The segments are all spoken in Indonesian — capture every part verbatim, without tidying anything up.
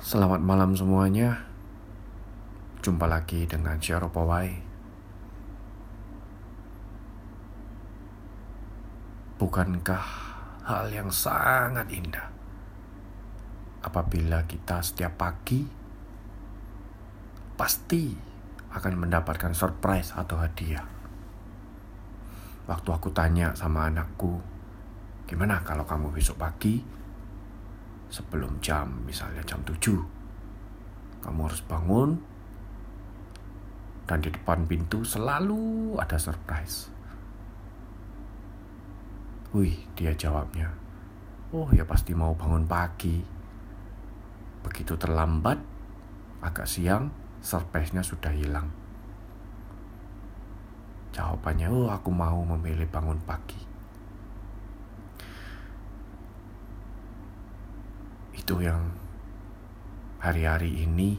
Selamat malam semuanya. Jumpa lagi dengan Syaro Pawai. Bukankah hal yang sangat indah apabila kita setiap pagi pasti akan mendapatkan surprise atau hadiah. Waktu aku tanya sama anakku, gimana kalau kamu besok pagi sebelum jam misalnya jam tujuh, kamu harus bangun dan di depan pintu selalu ada surprise. Wih, dia jawabnya, oh ya pasti mau bangun pagi. Begitu terlambat, agak siang, surprise-nya sudah hilang. Jawabannya, oh aku mau memilih bangun pagi. Itu yang hari-hari ini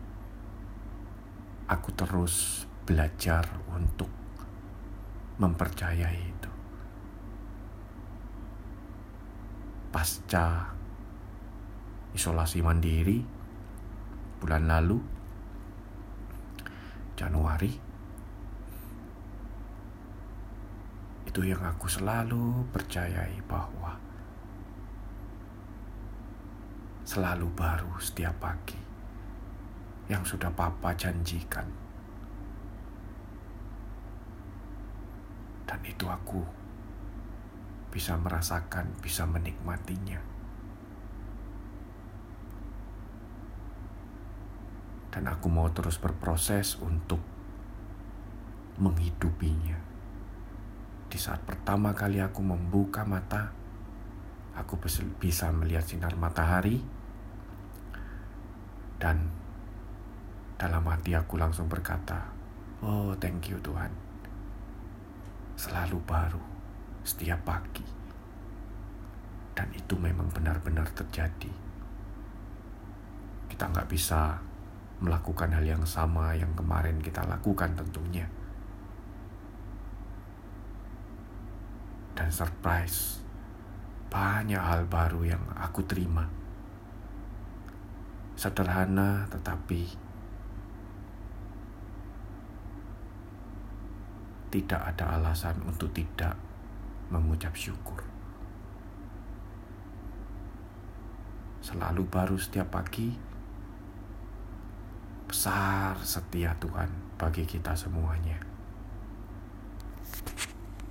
aku terus belajar untuk mempercayai itu. Pasca isolasi mandiri bulan lalu, Januari, itu yang aku selalu percayai bahwa selalu baru setiap pagi yang sudah Papa janjikan. Dan itu aku bisa merasakan, bisa menikmatinya. Dan aku mau terus berproses untuk menghidupinya. Di saat pertama kali aku membuka mata, aku bisa melihat sinar matahari. Dan dalam hati aku langsung berkata, oh thank you Tuhan. Selalu baru setiap pagi. Dan itu memang benar-benar terjadi. Kita gak bisa melakukan hal yang sama yang kemarin kita lakukan tentunya. Dan surprise, banyak hal baru yang aku terima. Sederhana tetapi tidak ada alasan untuk tidak mengucap syukur. Selalu baru setiap pagi. Besar setia Tuhan bagi kita semuanya.